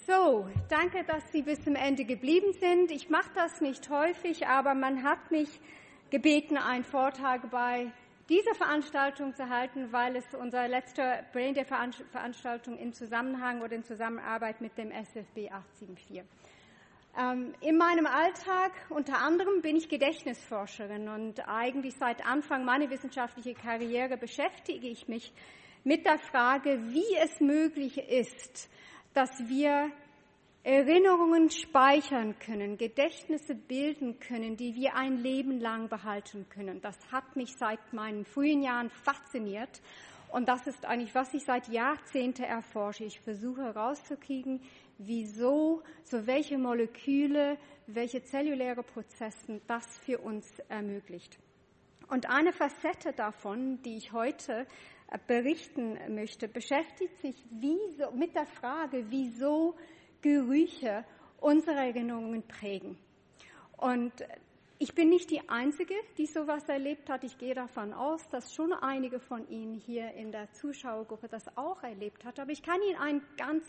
So, danke, dass Sie bis zum Ende geblieben sind. Ich mache das nicht häufig, aber man hat mich gebeten, einen Vortrag bei dieser Veranstaltung zu halten, weil es unser letzter Brain Day Veranstaltung in Zusammenhang oder in Zusammenarbeit mit dem SFB 874. In meinem Alltag unter anderem bin ich Gedächtnisforscherin und eigentlich seit Anfang meiner wissenschaftlichen Karriere beschäftige ich mich mit der Frage, wie es möglich ist, dass wir Erinnerungen speichern können, Gedächtnisse bilden können, die wir ein Leben lang behalten können. Das hat mich seit meinen frühen Jahren fasziniert und das ist eigentlich, was ich seit Jahrzehnten erforsche. Ich versuche herauszukriegen, wieso, so welche Moleküle, welche zelluläre Prozesse das für uns ermöglicht. Und eine Facette davon, die ich heute berichten möchte, beschäftigt sich mit der Frage, wieso Gerüche unsere Erinnerungen prägen. Und ich bin nicht die Einzige, die sowas erlebt hat. Ich gehe davon aus, dass schon einige von Ihnen hier in der Zuschauergruppe das auch erlebt hat. Aber ich kann Ihnen ein ganz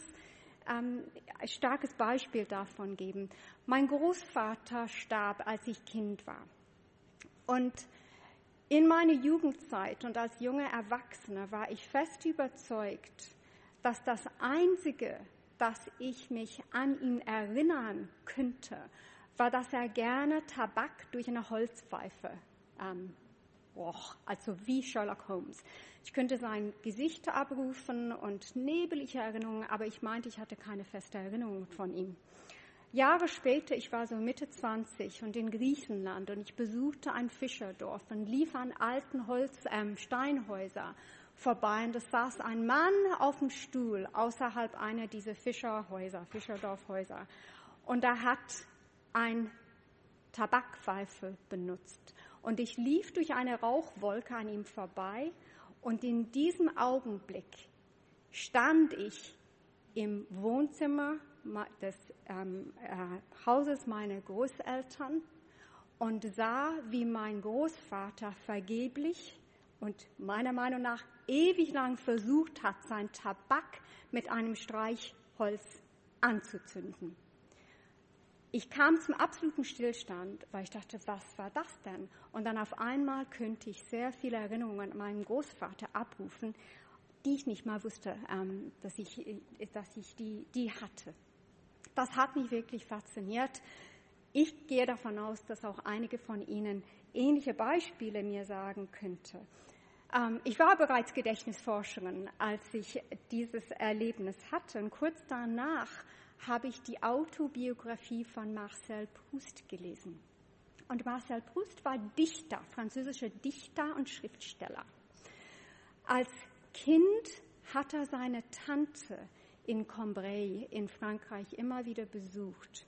starkes Beispiel davon geben. Mein Großvater starb, als ich Kind war. Und in meiner Jugendzeit und als junge Erwachsene war ich fest überzeugt, dass das Einzige, dass ich mich an ihn erinnern könnte, war, dass er gerne Tabak durch eine Holzpfeife roch, also wie Sherlock Holmes. Ich könnte sein Gesicht abrufen und nebelige Erinnerungen, aber ich meinte, ich hatte keine feste Erinnerung von ihm. Jahre später, ich war so Mitte 20 und in Griechenland und ich besuchte ein Fischerdorf und lief an alten Steinhäusern vorbei und es saß ein Mann auf dem Stuhl außerhalb einer dieser Fischerdorfhäuser und er hat eine Tabakpfeife benutzt und ich lief durch eine Rauchwolke an ihm vorbei und in diesem Augenblick stand ich im Wohnzimmer des Hauses meiner Großeltern und sah, wie mein Großvater vergeblich und meiner Meinung nach ewig lang versucht hat, sein Tabak mit einem Streichholz anzuzünden. Ich kam zum absoluten Stillstand, weil ich dachte, was war das denn? Und dann auf einmal könnte ich sehr viele Erinnerungen an meinen Großvater abrufen, die ich nicht mal wusste, dass ich die hatte. Das hat mich wirklich fasziniert. Ich gehe davon aus, dass auch einige von Ihnen ähnliche Beispiele mir sagen könnten. Ich war bereits Gedächtnisforscherin, als ich dieses Erlebnis hatte. Und kurz danach habe ich die Autobiografie von Marcel Proust gelesen. Und Marcel Proust war Dichter, französischer Dichter und Schriftsteller. Als Kind hat er seine Tante in Cambrai in Frankreich immer wieder besucht.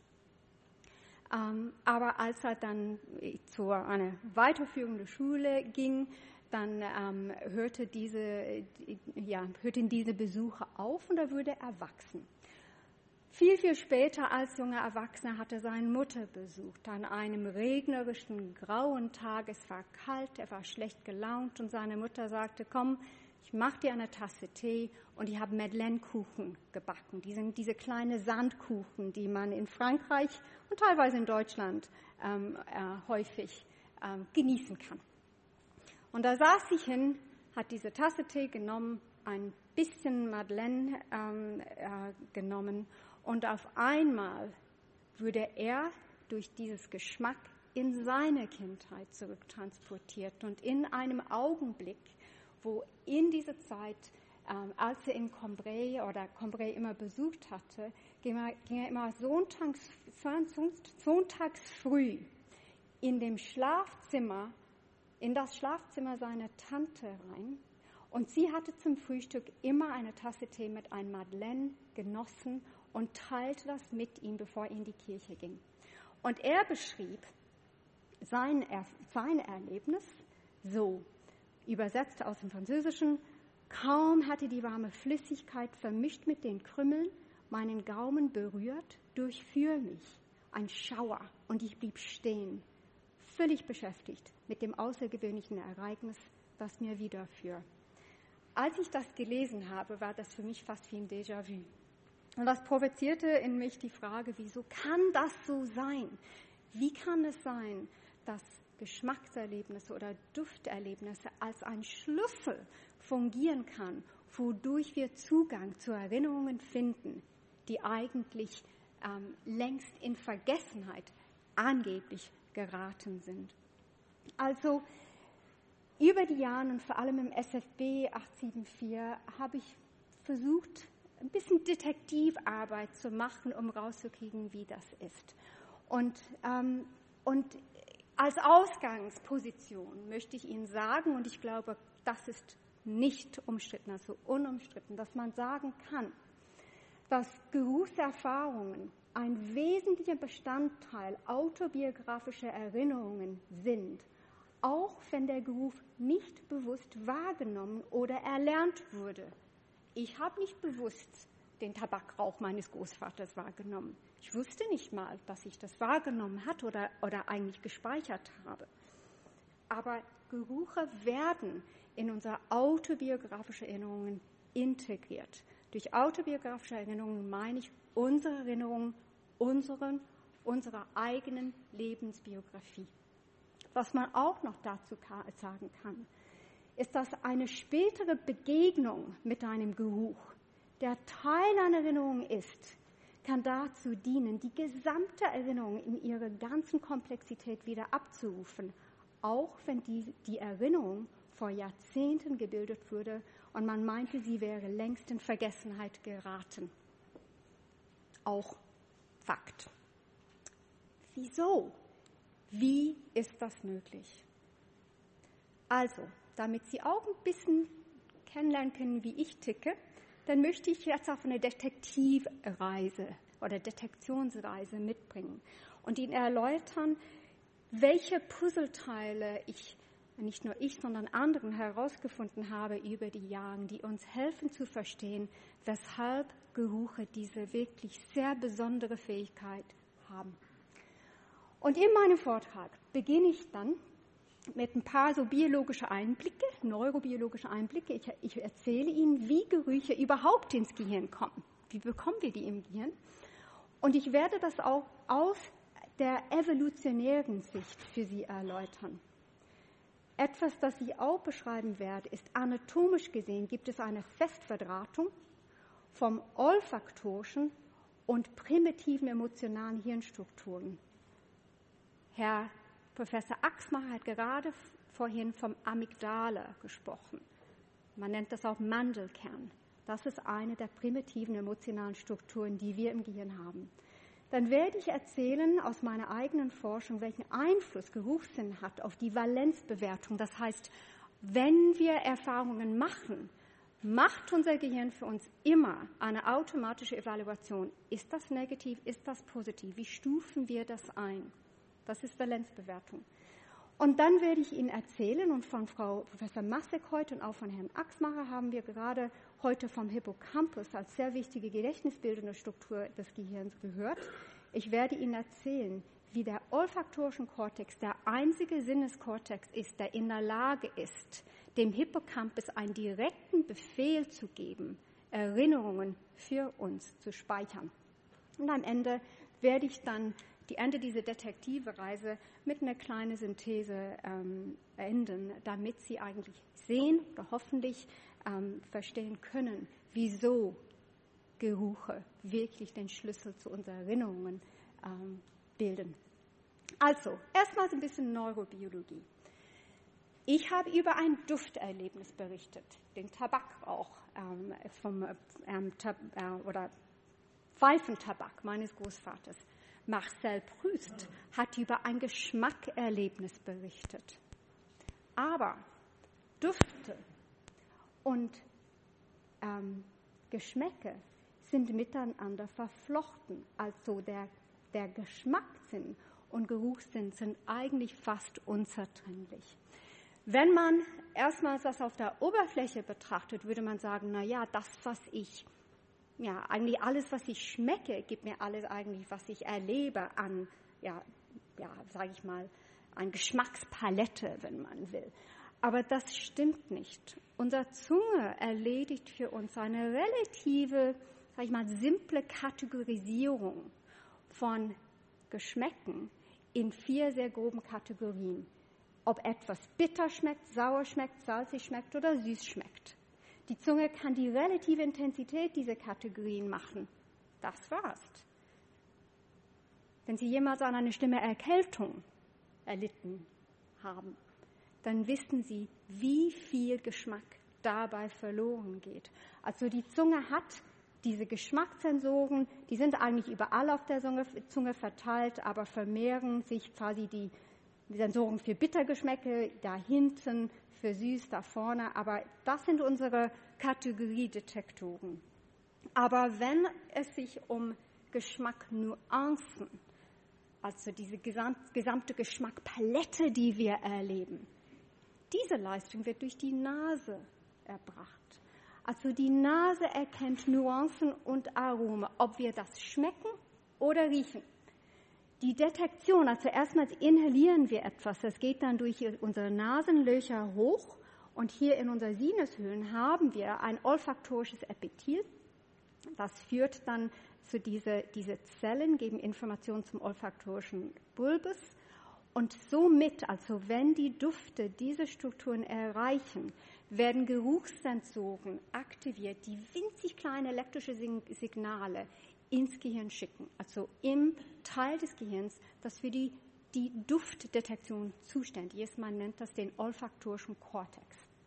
Aber als er dann zu einer weiterführenden Schule ging, dann hörten diese Besuche auf und er wurde erwachsen. Viel, viel später als junger Erwachsener hat er seine Mutter besucht. An einem regnerischen, grauen Tag, es war kalt, er war schlecht gelaunt und seine Mutter sagte, komm, ich mache dir eine Tasse Tee und ich habe Madeleine-Kuchen gebacken. Die sind diese kleinen Sandkuchen, die man in Frankreich und teilweise in Deutschland häufig genießen kann. Und da saß ich hin, hat diese Tasse Tee genommen, ein bisschen Madeleine genommen und auf einmal wurde er durch dieses Geschmack in seine Kindheit zurücktransportiert und in einem Augenblick, wo in dieser Zeit, als er in Cambrai Cambrai immer besucht hatte, ging er immer sonntags früh in das Schlafzimmer seiner Tante rein und sie hatte zum Frühstück immer eine Tasse Tee mit einem Madeleine genossen und teilte das mit ihm, bevor er in die Kirche ging. Und er beschrieb sein Erlebnis so, übersetzt aus dem Französischen: Kaum hatte die warme Flüssigkeit vermischt mit den Krümmeln meinen Gaumen berührt, durchfuhr mich ein Schauer und ich blieb stehen, völlig beschäftigt mit dem außergewöhnlichen Ereignis, das mir widerfuhr. Als ich das gelesen habe, war das für mich fast wie ein Déjà-vu. Und das provozierte in mich die Frage, wieso kann das so sein? Wie kann es sein, dass Geschmackserlebnisse oder Dufterlebnisse als ein Schlüssel fungieren kann, wodurch wir Zugang zu Erinnerungen finden, die eigentlich längst in Vergessenheit angeblich geraten sind. Also über die Jahre und vor allem im SFB 874 habe ich versucht, ein bisschen Detektivarbeit zu machen, um rauszukriegen, wie das ist. Und als Ausgangsposition möchte ich Ihnen sagen, und ich glaube, das ist nicht umstritten, also unumstritten, dass man sagen kann, dass Geruchserfahrungen ein wesentlicher Bestandteil autobiografischer Erinnerungen sind, auch wenn der Geruch nicht bewusst wahrgenommen oder erlernt wurde. Ich habe nicht bewusst den Tabakrauch meines Großvaters wahrgenommen. Ich wusste nicht mal, dass ich das wahrgenommen hatte oder eigentlich gespeichert habe. Aber Gerüche werden in unsere autobiografische Erinnerungen integriert. Durch autobiografische Erinnerungen meine ich unsere Erinnerungen, unserer eigenen Lebensbiografie. Was man auch noch dazu sagen kann, ist, dass eine spätere Begegnung mit einem Geruch, der Teil einer Erinnerung ist, kann dazu dienen, die gesamte Erinnerung in ihrer ganzen Komplexität wieder abzurufen, auch wenn die Erinnerung vor Jahrzehnten gebildet wurde und man meinte, sie wäre längst in Vergessenheit geraten. Auch Fakt. Wieso? Wie ist das möglich? Also, damit Sie auch ein bisschen kennenlernen können, wie ich ticke, dann möchte ich jetzt auf eine Detektivreise oder Detektionsreise mitbringen und Ihnen erläutern, welche Puzzleteile nicht nur ich, sondern anderen herausgefunden habe über die Jahre, die uns helfen zu verstehen, weshalb Gerüche diese wirklich sehr besondere Fähigkeit haben. Und in meinem Vortrag beginne ich dann mit ein paar so biologische Einblicke, neurobiologische Einblicke. Ich erzähle Ihnen, wie Gerüche überhaupt ins Gehirn kommen. Wie bekommen wir die im Gehirn? Und ich werde das auch aus der evolutionären Sicht für Sie erläutern. Etwas, das ich auch beschreiben werde, ist anatomisch gesehen, gibt es eine Festverdrahtung vom olfaktorischen und primitiven emotionalen Hirnstrukturen. Herr Professor Axmacher hat gerade vorhin vom Amygdala gesprochen. Man nennt das auch Mandelkern. Das ist eine der primitiven emotionalen Strukturen, die wir im Gehirn haben. Dann werde ich erzählen aus meiner eigenen Forschung, welchen Einfluss Geruchssinn hat auf die Valenzbewertung. Das heißt, wenn wir Erfahrungen machen, macht unser Gehirn für uns immer eine automatische Evaluation. Ist das negativ, ist das positiv? Wie stufen wir das ein? Das ist Valenzbewertung. Und dann werde ich Ihnen erzählen, und von Frau Professor Massek heute und auch von Herrn Axmacher haben wir gerade heute vom Hippocampus als sehr wichtige gedächtnisbildende Struktur des Gehirns gehört. Ich werde Ihnen erzählen, wie der olfaktorischen Kortex der einzige Sinneskortex ist, der in der Lage ist, dem Hippocampus einen direkten Befehl zu geben, Erinnerungen für uns zu speichern. Und am Ende werde ich dann die Ende dieser Detektivreise mit einer kleinen Synthese enden, damit Sie eigentlich sehen oder hoffentlich verstehen können, wieso Gerüche wirklich den Schlüssel zu unseren Erinnerungen bilden. Also, erstmal ein bisschen Neurobiologie. Ich habe über ein Dufterlebnis berichtet, den Tabakrauch oder Pfeifentabak meines Großvaters. Marcel Proust hat über ein Geschmackerlebnis berichtet. Aber Düfte und Geschmäcke sind miteinander verflochten. Also der Geschmackssinn und Geruchssinn sind eigentlich fast unzertrennlich. Wenn man erstmals das auf der Oberfläche betrachtet, würde man sagen, eigentlich alles, was ich schmecke, gibt mir alles eigentlich, was ich erlebe an, an Geschmackspalette, wenn man will. Aber das stimmt nicht. Unsere Zunge erledigt für uns eine relative simple Kategorisierung von Geschmäcken in 4 sehr groben Kategorien. Ob etwas bitter schmeckt, sauer schmeckt, salzig schmeckt oder süß schmeckt. Die Zunge kann die relative Intensität dieser Kategorien machen. Das war's. Wenn Sie jemals an einer Stimmerkältung erlitten haben, dann wissen Sie, wie viel Geschmack dabei verloren geht. Also die Zunge hat diese Geschmackssensoren, die sind eigentlich überall auf der Zunge verteilt, aber vermehren sich quasi die Sensoren für Bittergeschmäcke da hinten, für süß da vorne, aber das sind unsere Kategoriedetektoren. Aber wenn es sich um Geschmacknuancen, also diese gesamte Geschmackpalette, die wir erleben, diese Leistung wird durch die Nase erbracht. Also die Nase erkennt Nuancen und Aromen, ob wir das schmecken oder riechen. Die Detektion, also erstmals inhalieren wir etwas, das geht dann durch unsere Nasenlöcher hoch und hier in unseren Sinushöhlen haben wir ein olfaktorisches Epithel. Das führt dann zu diese Zellen, geben Informationen zum olfaktorischen Bulbus und somit, also wenn die Düfte diese Strukturen erreichen, werden Geruchssensoren aktiviert, die winzig kleine elektrische Signale ins Gehirn schicken, also im Teil des Gehirns, das für die Duftdetektion zuständig ist. Man nennt das den olfaktorischen Kortex.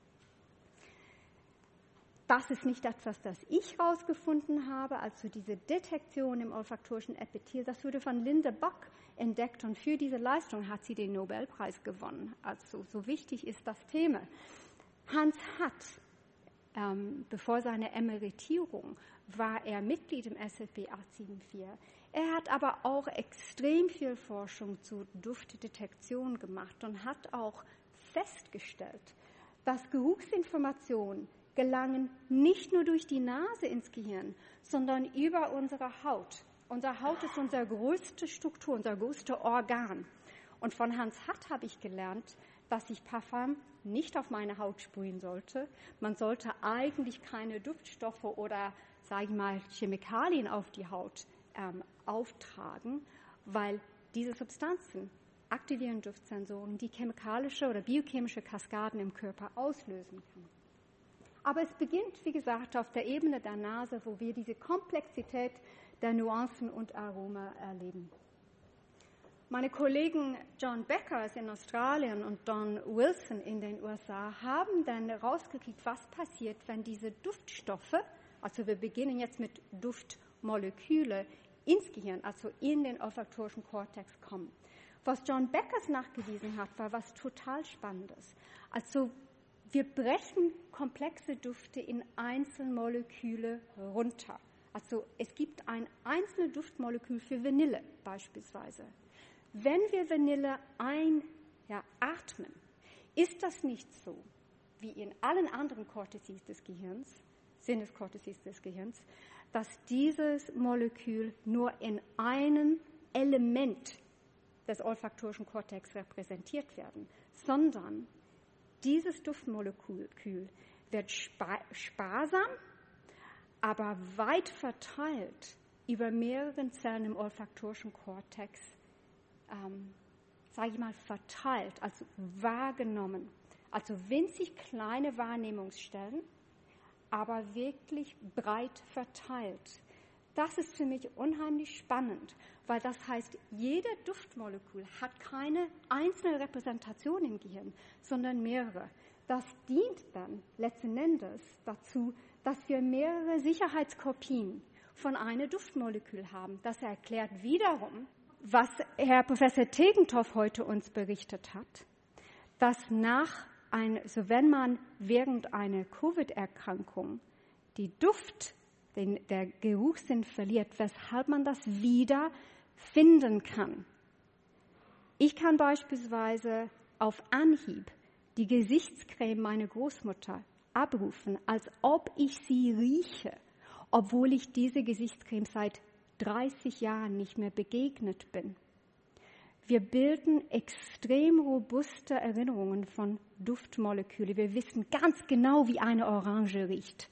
Das ist nicht etwas, das ich herausgefunden habe, also diese Detektion im olfaktorischen Epithel, das wurde von Linda Buck entdeckt und für diese Leistung hat sie den Nobelpreis gewonnen. Also so wichtig ist das Thema. Hans Hatt, bevor seiner Emeritierung, war er Mitglied im SFB 874. Er hat aber auch extrem viel Forschung zu Duftdetektion gemacht und hat auch festgestellt, dass Geruchsinformationen gelangen nicht nur durch die Nase ins Gehirn, sondern über unsere Haut. Unsere Haut ist unsere größte Struktur, unser größtes Organ. Und von Hans Hatt habe ich gelernt, dass ich Parfum nicht auf meine Haut sprühen sollte. Man sollte eigentlich keine Duftstoffe oder, sage ich mal, Chemikalien auf die Haut auftragen, weil diese Substanzen aktivieren Duftsensoren, die chemikalische oder biochemische Kaskaden im Körper auslösen können. Aber es beginnt, wie gesagt, auf der Ebene der Nase, wo wir diese Komplexität der Nuancen und Aromen erleben. Meine Kollegen John Beckers in Australien und Don Wilson in den USA haben dann herausgekriegt, was passiert, wenn diese Duftstoffe, also wir beginnen jetzt mit Duftmoleküle, ins Gehirn, also in den olfaktorischen Kortex kommen. Was John Beckers nachgewiesen hat, war was total Spannendes. Also wir brechen komplexe Düfte in Einzelmoleküle runter. Also es gibt ein einzelnes Duftmolekül für Vanille beispielsweise. Wenn wir Vanille atmen, ist das nicht so, wie in allen anderen Cortices des Gehirns, Sinneskortices des Gehirns, dass dieses Molekül nur in einem Element des olfaktorischen Kortex repräsentiert werden, sondern dieses Duftmolekül wird sparsam, aber weit verteilt über mehrere Zellen im olfaktorischen Kortex, verteilt, also wahrgenommen. Also winzig kleine Wahrnehmungsstellen, aber wirklich breit verteilt. Das ist für mich unheimlich spannend, weil das heißt, jeder Duftmolekül hat keine einzelne Repräsentation im Gehirn, sondern mehrere. Das dient dann letzten Endes dazu, dass wir mehrere Sicherheitskopien von einem Duftmolekül haben. Das erklärt wiederum, was Herr Professor Tegenthoff heute uns berichtet hat, dass wenn man während einer Covid-Erkrankung die der Geruchssinn verliert, weshalb man das wieder finden kann. Ich kann beispielsweise auf Anhieb die Gesichtscreme meiner Großmutter abrufen, als ob ich sie rieche, obwohl ich diese Gesichtscreme seit 30 Jahren nicht mehr begegnet bin. Wir bilden extrem robuste Erinnerungen von Duftmolekülen. Wir wissen ganz genau, wie eine Orange riecht.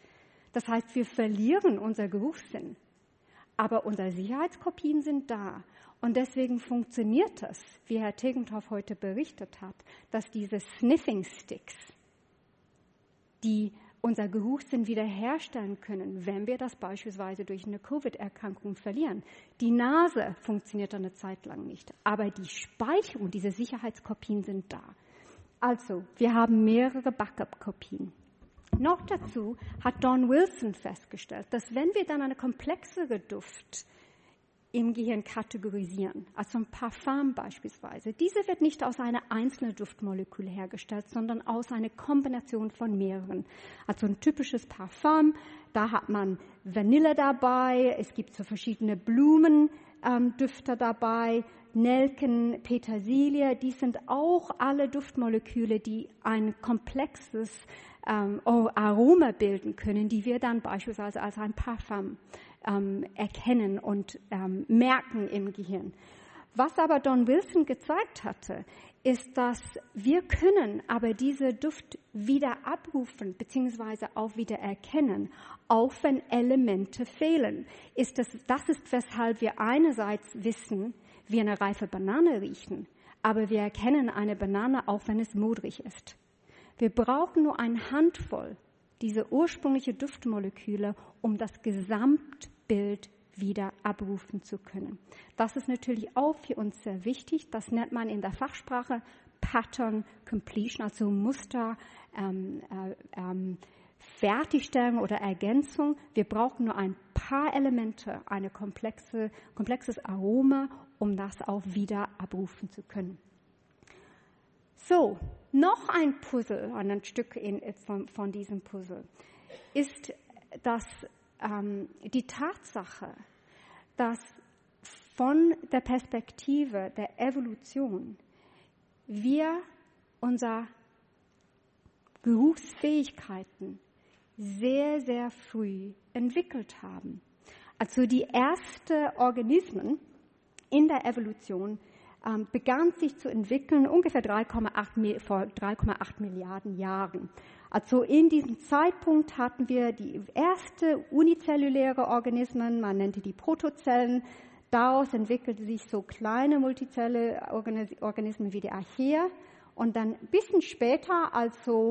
Das heißt, wir verlieren unser Geruchssinn. Aber unsere Sicherheitskopien sind da. Und deswegen funktioniert das, wie Herr Tegenthoff heute berichtet hat, dass diese Sniffing Sticks, die unser Geruchssinn wiederherstellen können, wenn wir das beispielsweise durch eine Covid-Erkrankung verlieren. Die Nase funktioniert dann eine Zeit lang nicht, aber die Speicherung, diese Sicherheitskopien sind da. Also, wir haben mehrere Backup-Kopien. Noch dazu hat Don Wilson festgestellt, dass wenn wir dann eine komplexere Duft im Gehirn kategorisieren, also ein Parfum beispielsweise, diese wird nicht aus einer einzelnen Duftmolekül hergestellt, sondern aus einer Kombination von mehreren. Also ein typisches Parfum, da hat man Vanille dabei, es gibt so verschiedene Blumendüfte dabei, Nelken, Petersilie, die sind auch alle Duftmoleküle, die ein komplexes Aroma bilden können, die wir dann beispielsweise als ein Parfum erkennen und merken im Gehirn. Was aber Don Wilson gezeigt hatte, ist, dass wir können aber diese Duft wieder abrufen bzw. auch wieder erkennen, auch wenn Elemente fehlen. Das ist, weshalb wir einerseits wissen, wie eine reife Banane riechen, aber wir erkennen eine Banane, auch wenn es modrig ist. Wir brauchen nur eine Handvoll dieser ursprünglichen Duftmoleküle, um das Gesamtbild wieder abrufen zu können. Das ist natürlich auch für uns sehr wichtig. Das nennt man in der Fachsprache Pattern Completion, also Muster, Fertigstellung oder Ergänzung. Wir brauchen nur ein paar Elemente, ein komplexes Aroma, um das auch wieder abrufen zu können. So, noch ein Puzzle, ein Stück von diesem Puzzle, ist die Tatsache, dass von der Perspektive der Evolution wir unsere Geruchsfähigkeiten sehr, sehr früh entwickelt haben. Also die ersten Organismen in der Evolution begann sich zu entwickeln ungefähr vor 3,8 Milliarden Jahren. Also in diesem Zeitpunkt hatten wir die erste unizelluläre Organismen, man nannte die Protozellen. Daraus entwickelten sich so kleine multizelle Organismen wie die Archaea. Und dann ein bisschen später, also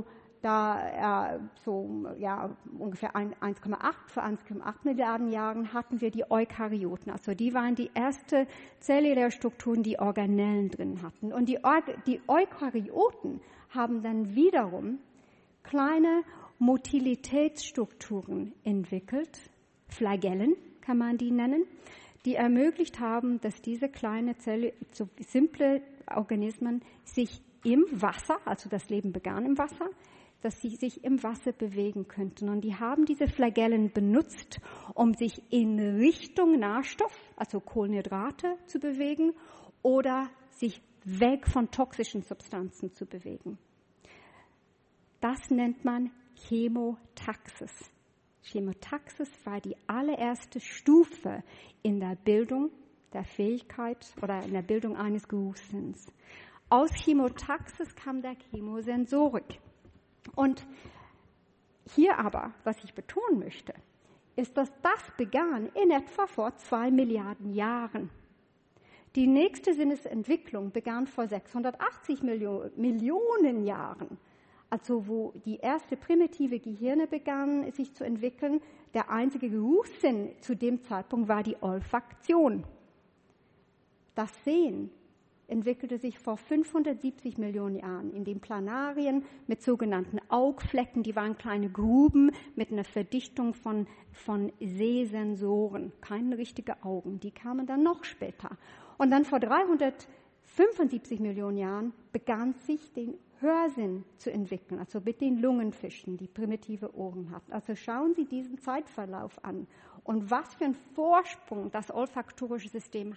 ungefähr 1,8 Milliarden Jahren hatten wir die Eukaryoten. Also die waren die erste zelluläre Strukturen, die Organellen drin hatten. Und die Eukaryoten haben dann wiederum kleine Motilitätsstrukturen entwickelt, Flagellen kann man die nennen, die ermöglicht haben, dass diese kleinen so simple Organismen sich im Wasser, also das Leben begann im Wasser, dass sie sich im Wasser bewegen könnten. Und die haben diese Flagellen benutzt, um sich in Richtung Nährstoff, also Kohlenhydrate, zu bewegen oder sich weg von toxischen Substanzen zu bewegen. Das nennt man Chemotaxis. Chemotaxis war die allererste Stufe in der Bildung der Fähigkeit oder in der Bildung eines Geruchssinns. Aus Chemotaxis kam der Chemosensorik. Und hier aber, was ich betonen möchte, ist, dass das begann in etwa vor 2 Milliarden Jahren. Die nächste Sinnesentwicklung begann vor 680 Millionen Jahren, also wo die erste primitive Gehirne begannen sich zu entwickeln. Der einzige Geruchssinn zu dem Zeitpunkt war die Olfaktion. Das Sehen entwickelte sich vor 570 Millionen Jahren, in den Planarien mit sogenannten Augflecken, die waren kleine Gruben mit einer Verdichtung von Sehsensoren, keine richtigen Augen, die kamen dann noch später. Und dann vor 375 Millionen Jahren begann sich den Hörsinn zu entwickeln, also mit den Lungenfischen, die primitive Ohren hatten. Also schauen Sie diesen Zeitverlauf an und was für einen Vorsprung das olfaktorische System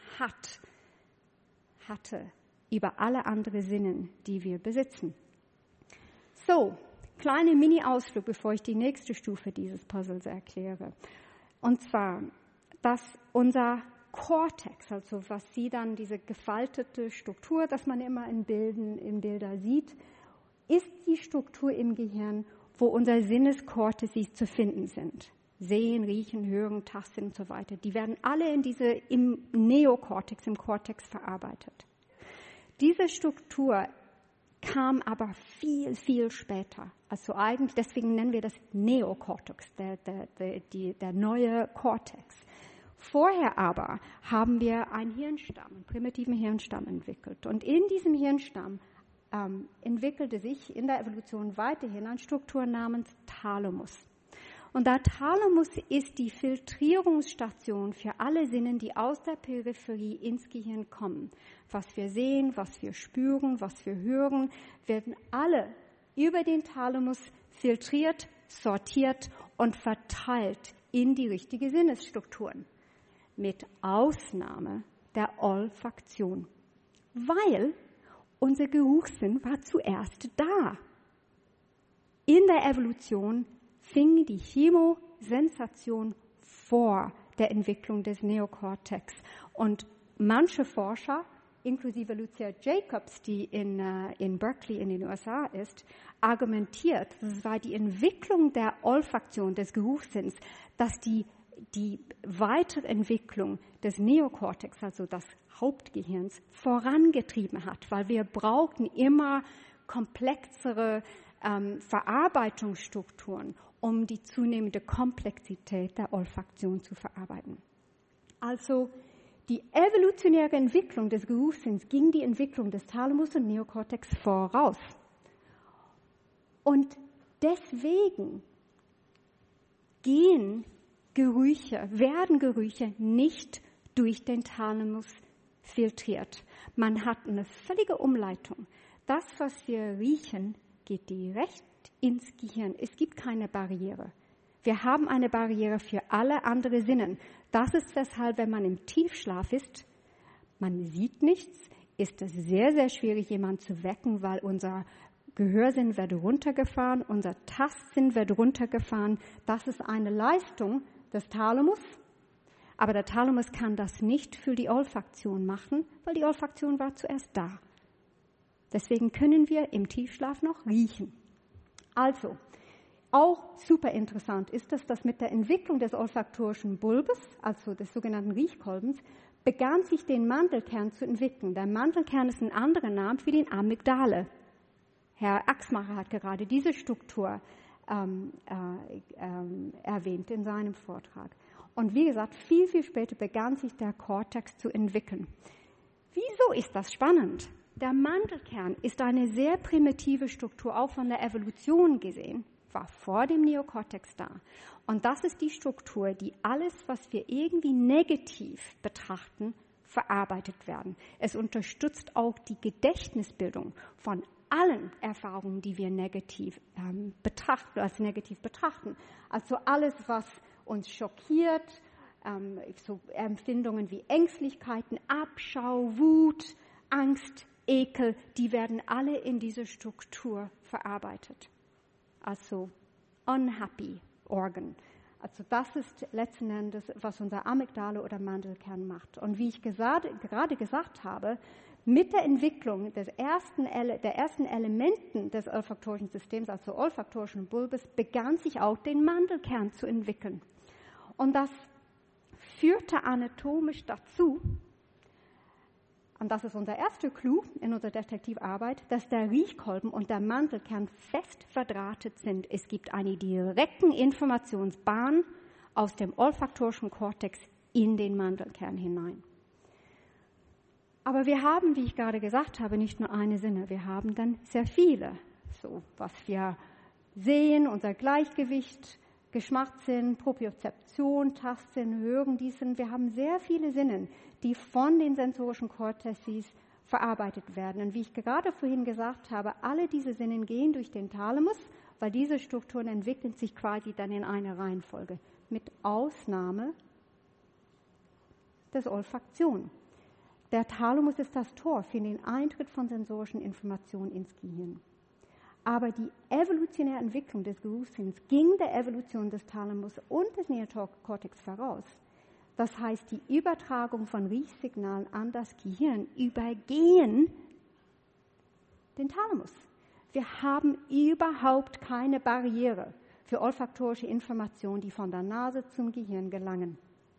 hatte über alle anderen Sinnen, die wir besitzen. So, kleine Mini-Ausflug, bevor ich die nächste Stufe dieses Puzzles erkläre. Und zwar, dass unser Cortex, also was Sie dann, diese gefaltete Struktur, das man immer in Bildern sieht, ist die Struktur im Gehirn, wo unsere Sinneskortex zu finden sind. Sehen, riechen, hören, tasten und so weiter. Die werden alle im Neokortex, im Kortex verarbeitet. Diese Struktur kam aber viel, viel später. Also eigentlich, deswegen nennen wir das Neokortex, der neue Kortex. Vorher aber haben wir einen primitiven Hirnstamm entwickelt. Und in diesem Hirnstamm entwickelte sich in der Evolution weiterhin eine Struktur namens Thalamus. Und der Thalamus ist die Filtrierungsstation für alle Sinne, die aus der Peripherie ins Gehirn kommen. Was wir sehen, was wir spüren, was wir hören, werden alle über den Thalamus filtriert, sortiert und verteilt in die richtigen Sinnesstrukturen. Mit Ausnahme der Olfaktion. Weil unser Geruchssinn war zuerst da. In der Evolution fing die Chemosensation vor der Entwicklung des Neokortex. Und manche Forscher, inklusive Lucia Jacobs, die in Berkeley in den USA ist, argumentiert, es war die Entwicklung der Olfaktion, des Geruchssinns, dass die Weiterentwicklung des Neokortex, also des Hauptgehirns, vorangetrieben hat, weil wir brauchten immer komplexere Verarbeitungsstrukturen, um die zunehmende Komplexität der Olfaktion zu verarbeiten. Also die evolutionäre Entwicklung des Geruchssinns ging die Entwicklung des Thalamus und Neokortex voraus. Und deswegen werden Gerüche nicht durch den Thalamus filtriert. Man hat eine völlige Umleitung. Das, was wir riechen, geht direkt ins Gehirn. Es gibt keine Barriere. Wir haben eine Barriere für alle anderen Sinne. Das ist weshalb, wenn man im Tiefschlaf ist, man sieht nichts, ist es sehr, sehr schwierig, jemanden zu wecken, weil unser Gehörsinn wird runtergefahren, unser Tastsinn wird runtergefahren. Das ist eine Leistung des Thalamus. Aber der Thalamus kann das nicht für die Olfaktion machen, weil die Olfaktion war zuerst da. Deswegen können wir im Tiefschlaf noch riechen. Also, auch super interessant ist es, dass mit der Entwicklung des olfaktorischen Bulbes, also des sogenannten Riechkolbens, begann sich der Mandelkern zu entwickeln. Der Mandelkern ist ein anderer Name für die Amygdale. Herr Axmacher hat gerade diese Struktur erwähnt in seinem Vortrag. Und wie gesagt, viel, viel später begann sich der Kortex zu entwickeln. Wieso ist das spannend? Der Mandelkern ist eine sehr primitive Struktur, auch von der Evolution gesehen, war vor dem Neokortex da. Und das ist die Struktur, die alles, was wir irgendwie negativ betrachten, verarbeitet werden. Es unterstützt auch die Gedächtnisbildung von allen Erfahrungen, die wir als negativ betrachten. Also alles, was uns schockiert, so Empfindungen wie Ängstlichkeiten, Abschau, Wut, Angst, Ekel, die werden alle in diese Struktur verarbeitet. Also unhappy organ. Also das ist letzten Endes, was unser Amygdale oder Mandelkern macht. Und wie ich gerade gesagt habe, mit der Entwicklung der ersten Elementen des olfaktorischen Systems, also olfaktorischen Bulbes, begann sich auch der Mandelkern zu entwickeln. Und das führte anatomisch dazu, und das ist unser erster Clou in unserer Detektivarbeit, dass der Riechkolben und der Mandelkern fest verdrahtet sind. Es gibt eine direkte Informationsbahn aus dem olfaktorischen Kortex in den Mandelkern hinein. Aber wir haben, wie ich gerade gesagt habe, nicht nur eine Sinne, wir haben dann sehr viele. So, was wir sehen, unser Gleichgewicht, Geschmackssinn, Propriozeption, Tastsinn, Hören, wir haben sehr viele Sinne, die von den sensorischen Kortexes verarbeitet werden. Und wie ich gerade vorhin gesagt habe, alle diese Sinne gehen durch den Thalamus, weil diese Strukturen entwickeln sich quasi dann in einer Reihenfolge, mit Ausnahme des Olfaktion. Der Thalamus ist das Tor für den Eintritt von sensorischen Informationen ins Gehirn. Aber die evolutionäre Entwicklung des Geruchssinns ging der Evolution des Thalamus und des Neokortex voraus. Das heißt, die Übertragung von Riechsignalen an das Gehirn übergehen den Thalamus. Wir haben überhaupt keine Barriere für olfaktorische Informationen, die von der Nase zum Gehirn gelangen.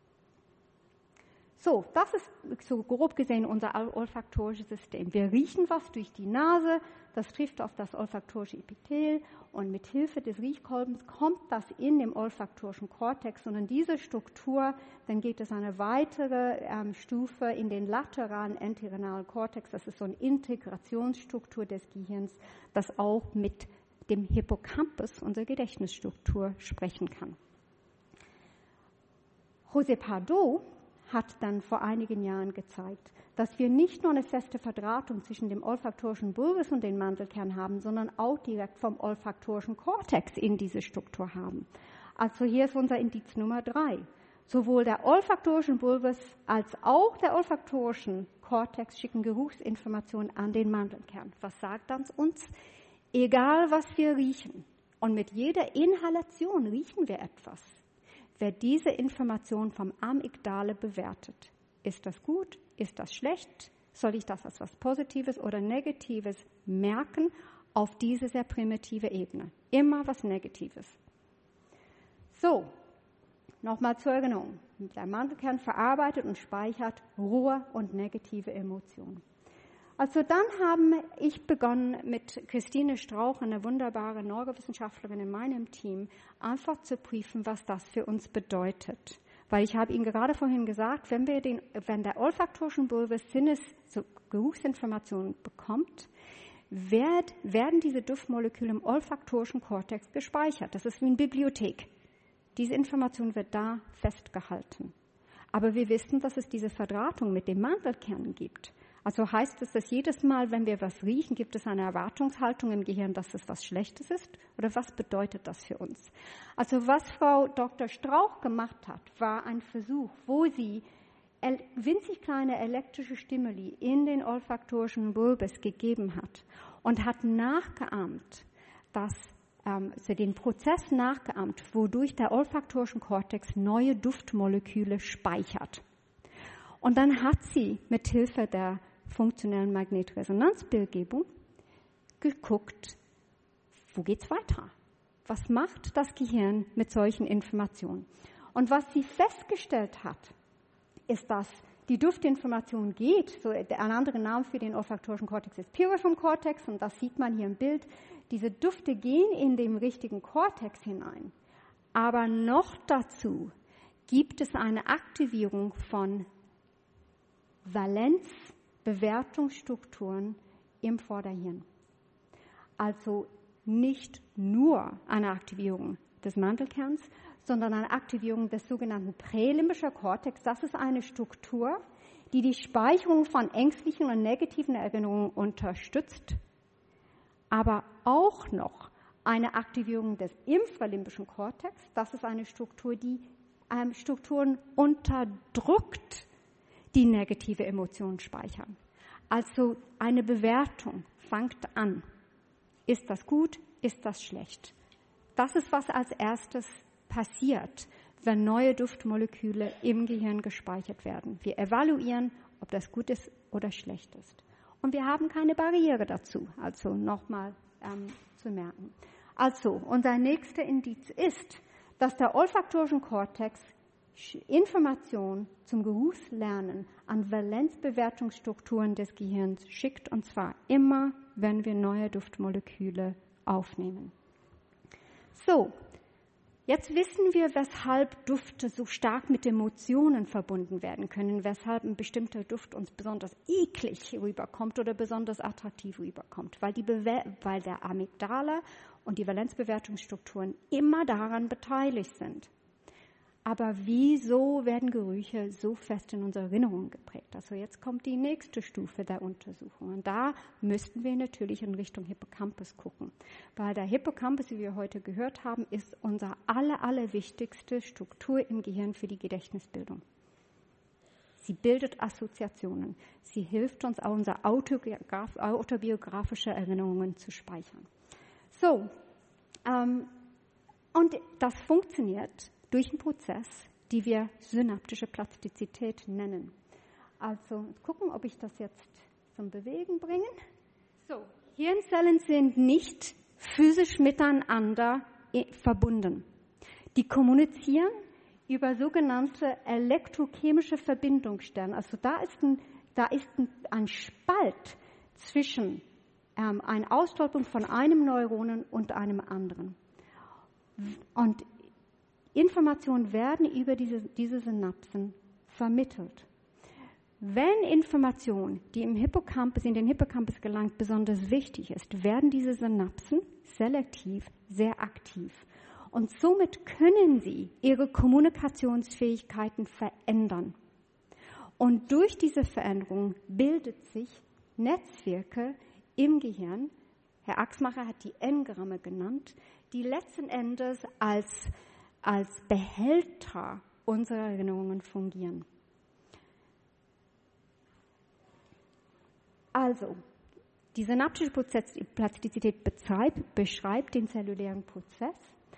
So, das ist so grob gesehen unser olfaktorisches System. Wir riechen was durch die Nase, das trifft auf das olfaktorische Epithel und mit Hilfe des Riechkolbens kommt das in den olfaktorischen Kortex und in diese Struktur, dann geht es eine weitere Stufe in den lateralen entorhinalen Kortex. Das ist so eine Integrationsstruktur des Gehirns, das auch mit dem Hippocampus, unserer Gedächtnisstruktur, sprechen kann. José Pardo hat dann vor einigen Jahren gezeigt, dass wir nicht nur eine feste Verdrahtung zwischen dem olfaktorischen Bulbus und dem Mandelkern haben, sondern auch direkt vom olfaktorischen Kortex in diese Struktur haben. Also hier ist unser Indiz Nummer 3. Sowohl der olfaktorische Bulbus als auch der olfaktorische Kortex schicken Geruchsinformationen an den Mandelkern. Was sagt das uns? Egal, was wir riechen, und mit jeder Inhalation riechen wir etwas, wird diese Information vom Amygdale bewertet. Ist das gut? Ist das schlecht? Soll ich das als was Positives oder Negatives merken auf diese sehr primitive Ebene? Immer was Negatives. So, nochmal zur Erinnerung. Der Mandelkern verarbeitet und speichert rohe und negative Emotionen. Also dann habe ich begonnen mit Christine Strauch, eine wunderbare Neurowissenschaftlerin in meinem Team, einfach zu prüfen, was das für uns bedeutet. Weil ich habe Ihnen gerade vorhin gesagt, wenn der olfaktorische Bulbus Geruchsinformationen bekommt, werden diese Duftmoleküle im olfaktorischen Kortex gespeichert. Das ist wie eine Bibliothek. Diese Information wird da festgehalten. Aber wir wissen, dass es diese Verdrahtung mit dem Mandelkern gibt. Also heißt es, dass jedes Mal, wenn wir was riechen, gibt es eine Erwartungshaltung im Gehirn, dass es was Schlechtes ist? Oder was bedeutet das für uns? Also was Frau Dr. Strauch gemacht hat, war ein Versuch, wo sie winzig kleine elektrische Stimuli in den olfaktorischen Bulbus gegeben hat und hat nachgeahmt, den Prozess nachgeahmt, wodurch der olfaktorische Kortex neue Duftmoleküle speichert. Und dann hat sie mit Hilfe der funktionellen Magnetresonanzbildgebung geguckt, wo geht's weiter? Was macht das Gehirn mit solchen Informationen? Und was sie festgestellt hat, ist, dass die Duftinformation geht, so ein anderer Name für den olfaktorischen Kortex ist Piriform Cortex, und das sieht man hier im Bild. Diese Düfte gehen in den richtigen Kortex hinein. Aber noch dazu gibt es eine Aktivierung von Valenzbewertungsstrukturen im Vorderhirn. Also nicht nur eine Aktivierung des Mandelkerns, sondern eine Aktivierung des sogenannten prälimbischen Kortex. Das ist eine Struktur, die die Speicherung von ängstlichen und negativen Erinnerungen unterstützt, aber auch noch eine Aktivierung des infralimbischen Kortex. Das ist eine Struktur, die Strukturen unterdrückt, die negative Emotionen speichern. Also eine Bewertung fängt an. Ist das gut? Ist das schlecht? Das ist, was als erstes passiert, wenn neue Duftmoleküle im Gehirn gespeichert werden. Wir evaluieren, ob das gut ist oder schlecht ist. Und wir haben keine Barriere dazu, also nochmal zu merken. Also, unser nächster Indiz ist, dass der olfaktorische Kortex Information zum Geruchslernen an Valenzbewertungsstrukturen des Gehirns schickt, und zwar immer, wenn wir neue Duftmoleküle aufnehmen. So, jetzt wissen wir, weshalb Düfte so stark mit Emotionen verbunden werden können, weshalb ein bestimmter Duft uns besonders eklig rüberkommt oder besonders attraktiv rüberkommt, weil der Amygdala und die Valenzbewertungsstrukturen immer daran beteiligt sind. Aber wieso werden Gerüche so fest in unserer Erinnerung geprägt? Also jetzt kommt die nächste Stufe der Untersuchung. Und da müssten wir natürlich in Richtung Hippocampus gucken. Weil der Hippocampus, wie wir heute gehört haben, ist unsere allerwichtigste Struktur im Gehirn für die Gedächtnisbildung. Sie bildet Assoziationen. Sie hilft uns, auch unsere autobiografische Erinnerungen zu speichern. So, und das funktioniert durch einen Prozess, den wir synaptische Plastizität nennen. Also gucken, ob ich das jetzt zum Bewegen bringe. So, Hirnzellen sind nicht physisch miteinander verbunden. Die kommunizieren über sogenannte elektrochemische Verbindungsstellen. Also da ist ein Spalt zwischen einer Ausstolpung von einem Neuronen und einem anderen. Und Informationen werden über diese Synapsen vermittelt. Wenn Information, die in den Hippocampus gelangt, besonders wichtig ist, werden diese Synapsen selektiv sehr aktiv. Und somit können sie ihre Kommunikationsfähigkeiten verändern. Und durch diese Veränderung bildet sich Netzwerke im Gehirn, Herr Axmacher hat die Engramme genannt, die letzten Endes als Behälter unserer Erinnerungen fungieren. Also, die synaptische Plastizität beschreibt den zellulären Prozess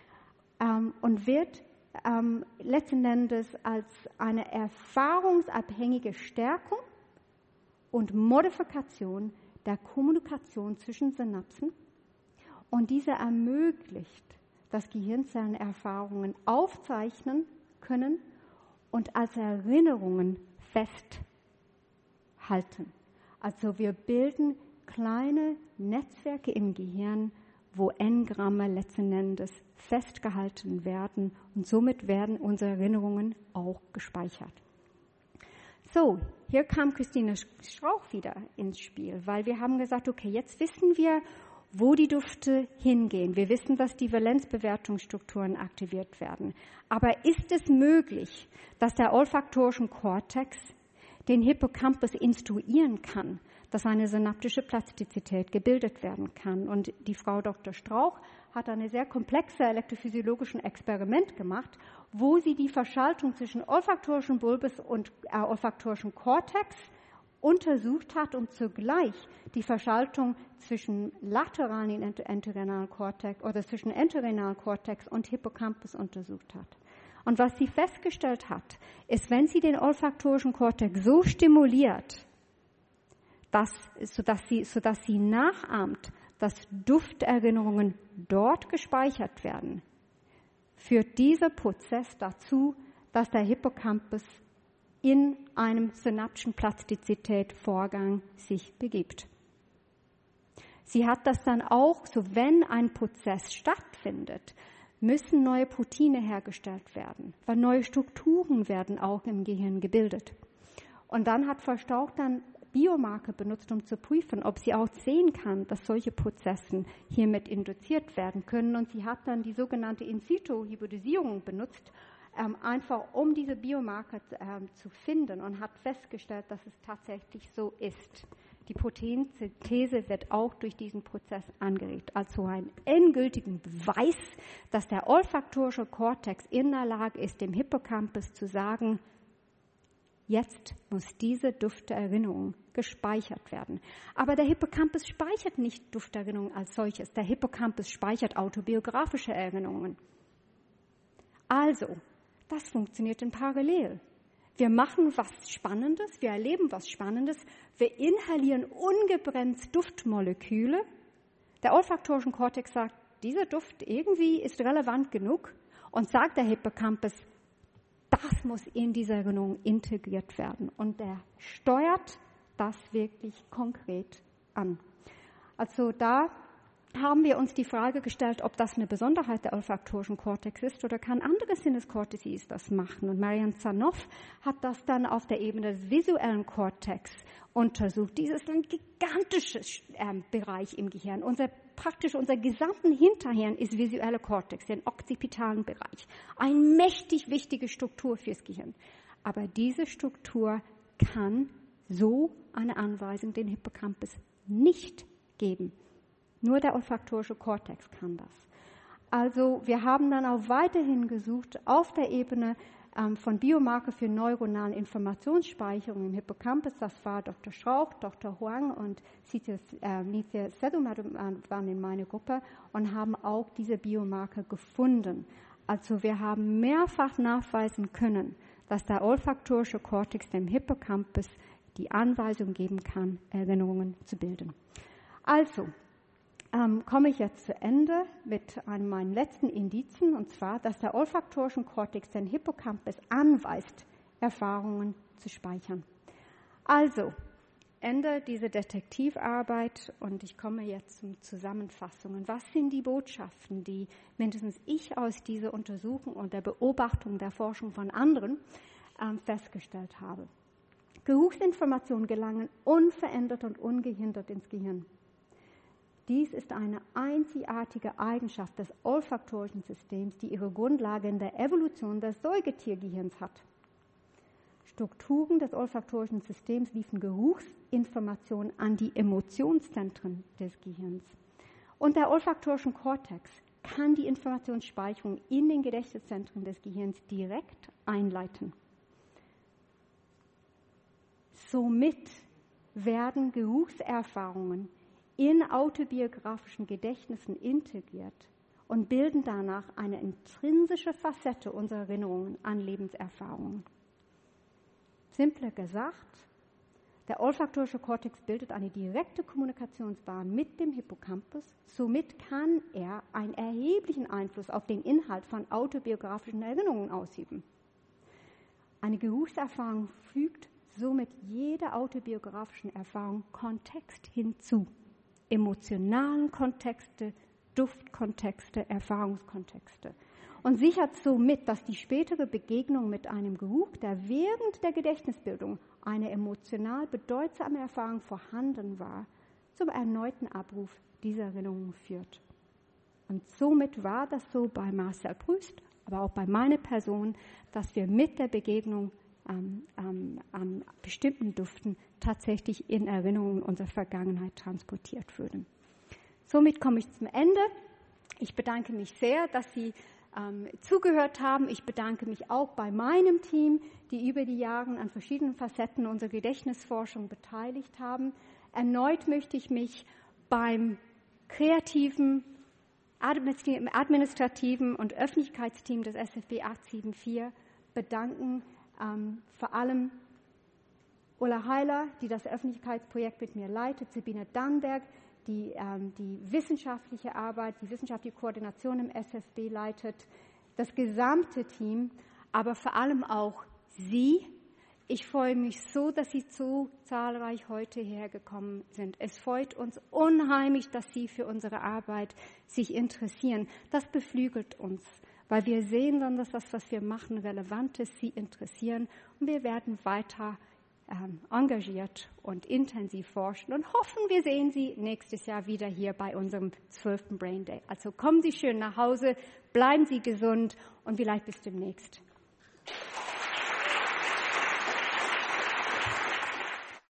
und wird letzten Endes als eine erfahrungsabhängige Stärkung und Modifikation der Kommunikation zwischen Synapsen. Und diese ermöglicht, dass Gehirnzellen Erfahrungen aufzeichnen können und als Erinnerungen festhalten. Also wir bilden kleine Netzwerke im Gehirn, wo Engramme letzten Endes festgehalten werden und somit werden unsere Erinnerungen auch gespeichert. So, hier kam Christine Strauch wieder ins Spiel, weil wir haben gesagt, okay, jetzt wissen wir, wo die Düfte hingehen. Wir wissen, dass die Valenzbewertungsstrukturen aktiviert werden. Aber ist es möglich, dass der olfaktorischen Kortex den Hippocampus instruieren kann, dass eine synaptische Plastizität gebildet werden kann? Und die Frau Dr. Strauch hat ein sehr komplexes elektrophysiologisches Experiment gemacht, wo sie die Verschaltung zwischen olfaktorischen Bulbus und olfaktorischen Kortex untersucht hat und zugleich die Verschaltung zwischen lateralen entorhinalen Kortex oder zwischen entorhinalen Kortex und Hippocampus untersucht hat. Und was sie festgestellt hat, ist, wenn sie den olfaktorischen Kortex so stimuliert, sodass sie nachahmt, dass Dufterinnerungen dort gespeichert werden, führt dieser Prozess dazu, dass der Hippocampus in einem synaptischen Plastizitätsvorgang sich begibt. Sie hat das dann auch, so wenn ein Prozess stattfindet, müssen neue Proteine hergestellt werden, weil neue Strukturen werden auch im Gehirn gebildet. Und dann hat Frau Strauch dann Biomarker benutzt, um zu prüfen, ob sie auch sehen kann, dass solche Prozesse hiermit induziert werden können. Und sie hat dann die sogenannte In-situ-Hybridisierung benutzt, einfach um diese Biomarker zu finden und hat festgestellt, dass es tatsächlich so ist. Die Proteinsynthese wird auch durch diesen Prozess angeregt. Also einen endgültigen Beweis, dass der olfaktorische Kortex in der Lage ist, dem Hippocampus zu sagen, jetzt muss diese Dufterinnerung gespeichert werden. Aber der Hippocampus speichert nicht Dufterinnerungen als solches. Der Hippocampus speichert autobiografische Erinnerungen. Also, das funktioniert in Parallel. Wir machen was Spannendes, wir erleben was Spannendes, wir inhalieren ungebremst Duftmoleküle. Der olfaktorische Kortex sagt, dieser Duft irgendwie ist relevant genug und sagt der Hippocampus, das muss in diese Erinnerung integriert werden. Und er steuert das wirklich konkret an. Also da haben wir uns die Frage gestellt, ob das eine Besonderheit der olfaktorischen Kortex ist oder kann andere Sinneskortexes das machen. Und Marianne Zanoff hat das dann auf der Ebene des visuellen Kortex untersucht. Dieses ist ein gigantisches Bereich im Gehirn. Unser gesamten Hinterhirn ist visuelle Kortex, den occipitalen Bereich. Eine mächtig wichtige Struktur fürs Gehirn. Aber diese Struktur kann so eine Anweisung den Hippocampus nicht geben. Nur der olfaktorische Kortex kann das. Also wir haben dann auch weiterhin gesucht auf der Ebene von Biomarker für neuronalen Informationsspeicherung im Hippocampus. Das war Dr. Strauch, Dr. Huang und Nithya Sethu waren in meiner Gruppe und haben auch diese Biomarker gefunden. Also wir haben mehrfach nachweisen können, dass der olfaktorische Kortex dem Hippocampus die Anweisung geben kann, Erinnerungen zu bilden. Also, komme ich jetzt zu Ende mit einem meinen letzten Indizen, und zwar, dass der olfaktorischen Kortex den Hippocampus anweist, Erfahrungen zu speichern. Also, Ende dieser Detektivarbeit und ich komme jetzt zu Zusammenfassungen. Was sind die Botschaften, die mindestens ich aus dieser Untersuchung und der Beobachtung der Forschung von anderen festgestellt habe? Geruchsinformationen gelangen unverändert und ungehindert ins Gehirn. Dies ist eine einzigartige Eigenschaft des olfaktorischen Systems, die ihre Grundlage in der Evolution des Säugetiergehirns hat. Strukturen des olfaktorischen Systems liefern Geruchsinformationen an die Emotionszentren des Gehirns. Und der olfaktorische Kortex kann die Informationsspeicherung in den Gedächtniszentren des Gehirns direkt einleiten. Somit werden Geruchserfahrungen in autobiografischen Gedächtnissen integriert und bilden danach eine intrinsische Facette unserer Erinnerungen an Lebenserfahrungen. Simpler gesagt, der olfaktorische Kortex bildet eine direkte Kommunikationsbahn mit dem Hippocampus. Somit kann er einen erheblichen Einfluss auf den Inhalt von autobiografischen Erinnerungen ausüben. Eine Geruchserfahrung fügt somit jeder autobiografischen Erfahrung Kontext hinzu. Emotionalen Kontexte, Duftkontexte, Erfahrungskontexte. Und sichert somit, dass die spätere Begegnung mit einem Geruch, der während der Gedächtnisbildung eine emotional bedeutsame Erfahrung vorhanden war, zum erneuten Abruf dieser Erinnerung führt. Und somit war das so bei Marcel Proust, aber auch bei meiner Person, dass wir mit der Begegnung an bestimmten Düften tatsächlich in Erinnerungen unserer Vergangenheit transportiert würden. Somit komme ich zum Ende. Ich bedanke mich sehr, dass Sie zugehört haben. Ich bedanke mich auch bei meinem Team, die über die Jahre an verschiedenen Facetten unserer Gedächtnisforschung beteiligt haben. Erneut möchte ich mich beim kreativen, administrativen und Öffentlichkeitsteam des SFB 874 bedanken. Vor allem Ulla Heiler, die das Öffentlichkeitsprojekt mit mir leitet, Sabine Dannberg, die wissenschaftliche Arbeit, die wissenschaftliche Koordination im SFB leitet, das gesamte Team, aber vor allem auch Sie. Ich freue mich so, dass Sie so zahlreich heute hergekommen sind. Es freut uns unheimlich, dass Sie für unsere Arbeit sich interessieren. Das beflügelt uns, weil wir sehen dann, dass das, was wir machen, relevant ist, Sie interessieren und wir werden weiter engagiert und intensiv forschen und hoffen, wir sehen Sie nächstes Jahr wieder hier bei unserem 12. Brain Day. Also kommen Sie schön nach Hause, bleiben Sie gesund und vielleicht bis demnächst.